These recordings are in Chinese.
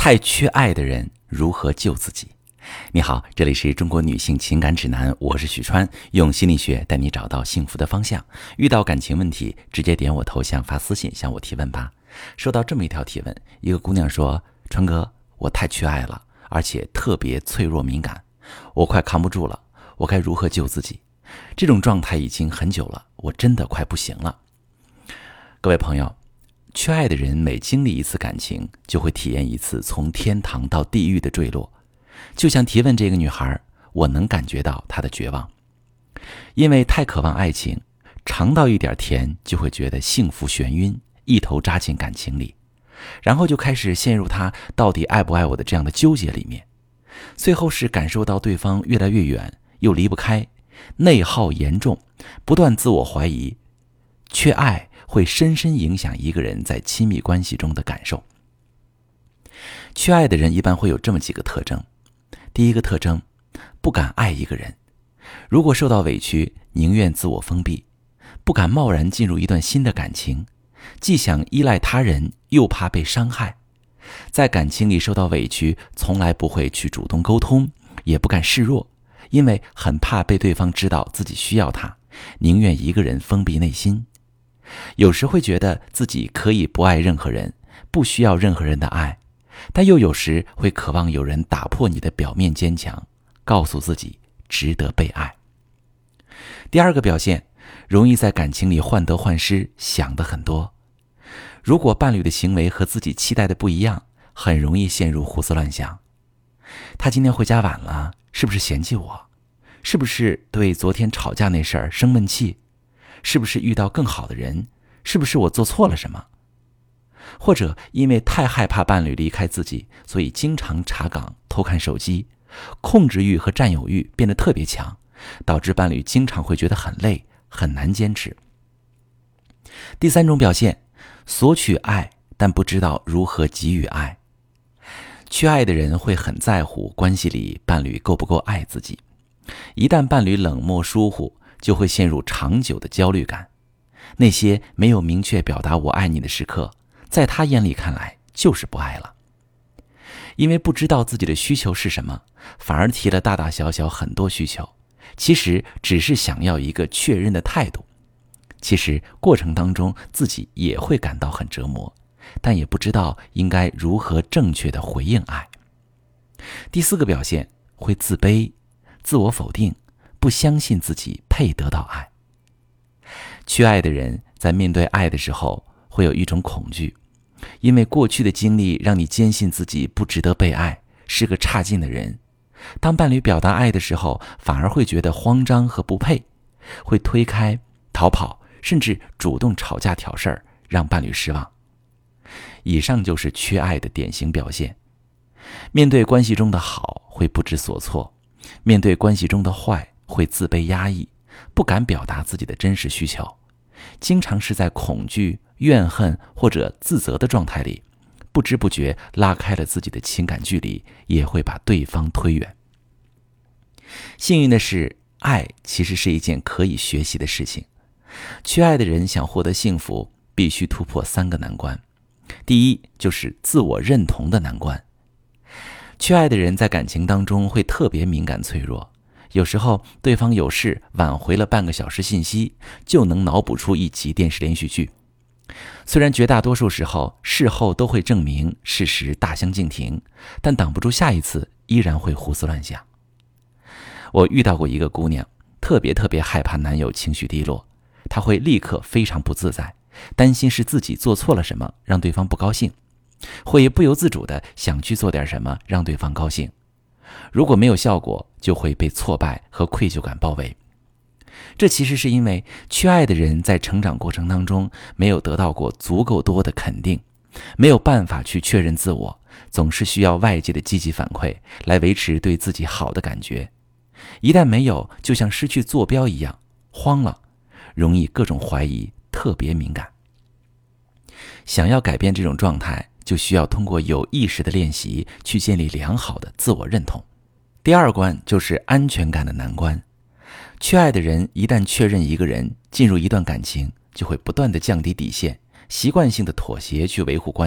太缺爱的人如何救自己？你好，这里是中国女性情感指南，我是许川，用心理学带你找到幸福的方向。遇到感情问题，直接点我头像发私信向我提问吧。收到这么一条提问，一个姑娘说，川哥，我太缺爱了，而且特别脆弱敏感，我快扛不住了，我该如何救自己？这种状态已经很久了，我真的快不行了。各位朋友，缺爱的人每经历一次感情，就会体验一次从天堂到地狱的坠落。就像提问这个女孩，我能感觉到她的绝望。因为太渴望爱情，尝到一点甜就会觉得幸福眩晕，一头扎进感情里，然后就开始陷入他到底爱不爱我的这样的纠结里面。最后是感受到对方越来越远，又离不开，内耗严重，不断自我怀疑。缺爱会深深影响一个人在亲密关系中的感受。缺爱的人一般会有这么几个特征。第一个特征，不敢爱一个人。如果受到委屈，宁愿自我封闭，不敢贸然进入一段新的感情，既想依赖他人，又怕被伤害。在感情里受到委屈，从来不会去主动沟通，也不敢示弱，因为很怕被对方知道自己需要他，宁愿一个人封闭内心。有时会觉得自己可以不爱任何人，不需要任何人的爱，但又有时会渴望有人打破你的表面坚强，告诉自己值得被爱。第二个表现，容易在感情里患得患失，想得很多。如果伴侣的行为和自己期待的不一样，很容易陷入胡思乱想。他今天回家晚了，是不是嫌弃我？是不是对昨天吵架那事儿生闷气？是不是遇到更好的人？是不是我做错了什么？或者因为太害怕伴侣离开自己，所以经常查岗、偷看手机，控制欲和占有欲变得特别强，导致伴侣经常会觉得很累，很难坚持。第三种表现，索取爱，但不知道如何给予爱。缺爱的人会很在乎关系里伴侣够不够爱自己，一旦伴侣冷漠疏忽，就会陷入长久的焦虑感。那些没有明确表达我爱你的时刻，在他眼里看来就是不爱了。因为不知道自己的需求是什么，反而提了大大小小很多需求，其实只是想要一个确认的态度。其实过程当中自己也会感到很折磨，但也不知道应该如何正确的回应爱。第四个表现，会自卑、自我否定，不相信自己配得到爱。缺爱的人在面对爱的时候会有一种恐惧，因为过去的经历让你坚信自己不值得被爱，是个差劲的人。当伴侣表达爱的时候，反而会觉得慌张和不配，会推开、逃跑，甚至主动吵架挑事儿，让伴侣失望。以上就是缺爱的典型表现。面对关系中的好，会不知所措；面对关系中的坏，会自卑压抑，不敢表达自己的真实需求，经常是在恐惧、怨恨或者自责的状态里，不知不觉拉开了自己的情感距离，也会把对方推远。幸运的是，爱其实是一件可以学习的事情。缺爱的人想获得幸福，必须突破3个难关。第一，就是自我认同的难关。缺爱的人在感情当中会特别敏感脆弱，有时候对方有事晚回了半个小时信息，就能脑补出一集电视连续剧。虽然绝大多数时候事后都会证明事实大相径庭，但挡不住下一次依然会胡思乱想。我遇到过一个姑娘，特别害怕男友情绪低落，她会立刻非常不自在，担心是自己做错了什么让对方不高兴，会不由自主地想去做点什么让对方高兴。如果没有效果，就会被挫败和愧疚感包围。这其实是因为缺爱的人在成长过程当中没有得到过足够多的肯定，没有办法去确认自我，总是需要外界的积极反馈来维持对自己好的感觉。一旦没有，就像失去坐标一样，慌了，容易各种怀疑，特别敏感。想要改变这种状态，就需要通过有意识的练习去建立良好的自我认同。第二关就是安全感的难关。缺爱的人一旦确认一个人，进入一段感情，就会不断地降低底线，习惯性的妥协去维护关系，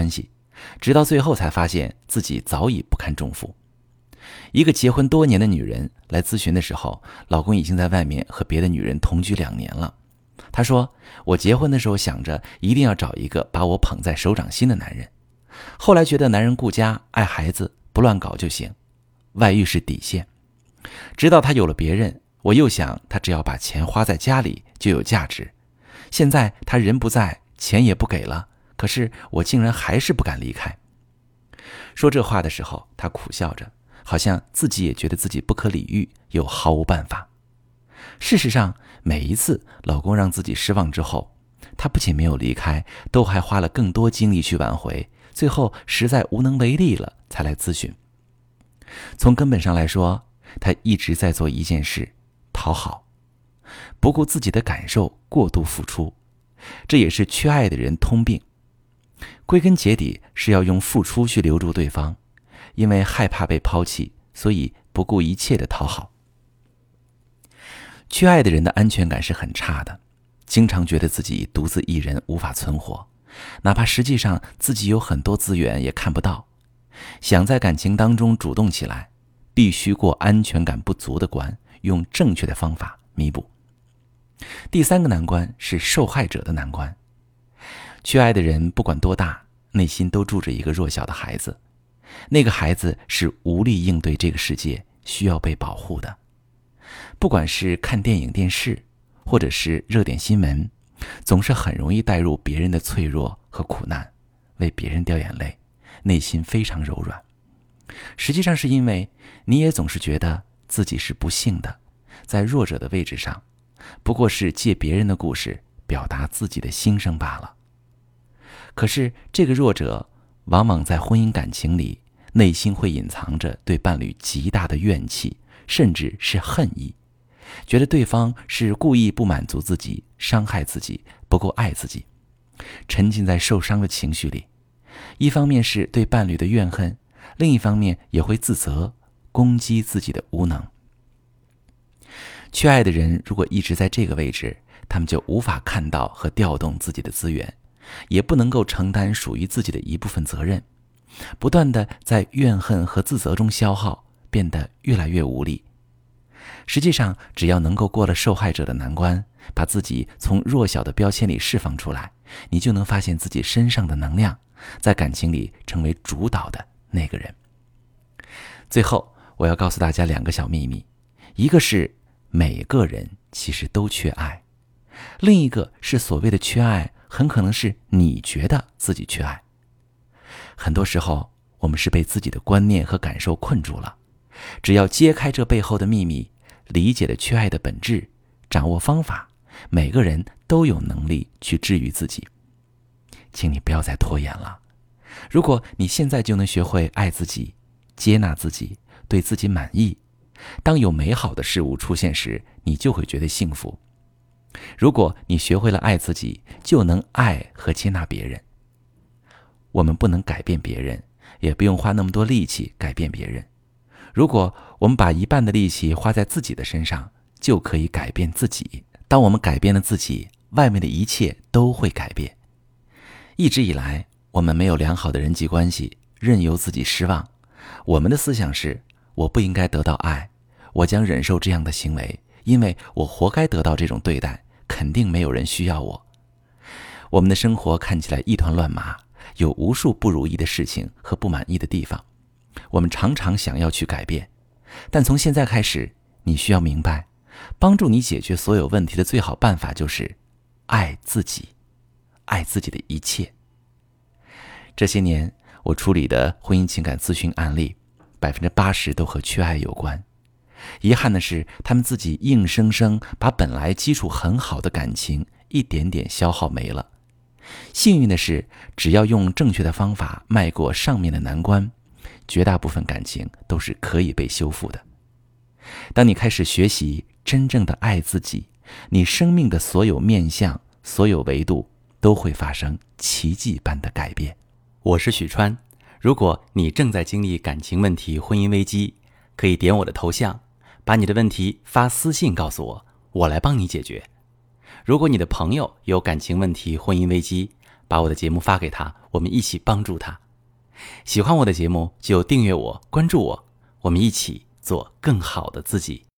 直到最后才发现自己早已不堪重负。一个结婚多年的女人来咨询的时候，老公已经在外面和别的女人同居2年了。她说，我结婚的时候想着一定要找一个把我捧在手掌心的男人，后来觉得男人顾家爱孩子，不乱搞就行，外遇是底线。直到他有了别人，我又想他只要把钱花在家里就有价值。现在他人不在，钱也不给了，可是我竟然还是不敢离开。说这话的时候，他苦笑着，好像自己也觉得自己不可理喻，又毫无办法。事实上，每一次老公让自己失望之后，她不仅没有离开，都还花了更多精力去挽回，最后实在无能为力了才来咨询。从根本上来说，她一直在做一件事，讨好，不顾自己的感受，过度付出，这也是缺爱的人通病。归根结底是要用付出去留住对方，因为害怕被抛弃，所以不顾一切的讨好。缺爱的人的安全感是很差的，经常觉得自己独自一人无法存活，哪怕实际上自己有很多资源也看不到。想在感情当中主动起来，必须过安全感不足的关，用正确的方法弥补。第3个难关是受害者的难关。缺爱的人不管多大，内心都住着一个弱小的孩子，那个孩子是无力应对这个世界，需要被保护的。不管是看电影电视，或者是热点新闻，总是很容易带入别人的脆弱和苦难，为别人掉眼泪，内心非常柔软。实际上是因为你也总是觉得自己是不幸的，在弱者的位置上，不过是借别人的故事表达自己的心声罢了。可是这个弱者往往在婚姻感情里，内心会隐藏着对伴侣极大的怨气，甚至是恨意，觉得对方是故意不满足自己，伤害自己，不够爱自己，沉浸在受伤的情绪里。一方面是对伴侣的怨恨，另一方面也会自责，攻击自己的无能。缺爱的人如果一直在这个位置，他们就无法看到和调动自己的资源，也不能够承担属于自己的一部分责任，不断地在怨恨和自责中消耗，变得越来越无力。实际上，只要能够过了受害者的难关，把自己从弱小的标签里释放出来，你就能发现自己身上的能量，在感情里成为主导的那个人。最后，我要告诉大家2个小秘密，一个是每个人其实都缺爱，另一个是所谓的缺爱，很可能是你觉得自己缺爱。很多时候，我们是被自己的观念和感受困住了，只要揭开这背后的秘密，理解了缺爱的本质，掌握方法，每个人都有能力去治愈自己。请你不要再拖延了。如果你现在就能学会爱自己，接纳自己，对自己满意，当有美好的事物出现时，你就会觉得幸福。如果你学会了爱自己，就能爱和接纳别人。我们不能改变别人，也不用花那么多力气改变别人。如果我们把一半的力气花在自己的身上，就可以改变自己。当我们改变了自己，外面的一切都会改变。一直以来，我们没有良好的人际关系，任由自己失望。我们的思想是，我不应该得到爱，我将忍受这样的行为，因为我活该得到这种对待，肯定没有人需要我。我们的生活看起来一团乱麻，有无数不如意的事情和不满意的地方，我们常常想要去改变。但从现在开始，你需要明白，帮助你解决所有问题的最好办法就是爱自己，爱自己的一切。这些年我处理的婚姻情感咨询案例，80%都和缺爱有关。遗憾的是，他们自己硬生生把本来基础很好的感情一点点消耗没了。幸运的是，只要用正确的方法迈过上面的难关，绝大部分感情都是可以被修复的。当你开始学习真正的爱自己，你生命的所有面向、所有维度都会发生奇迹般的改变。我是许川，如果你正在经历感情问题、婚姻危机，可以点我的头像，把你的问题发私信告诉我，我来帮你解决。如果你的朋友有感情问题、婚姻危机，把我的节目发给他，我们一起帮助他。 喜欢我的节目就订阅我、关注我，我们一起做更好的自己。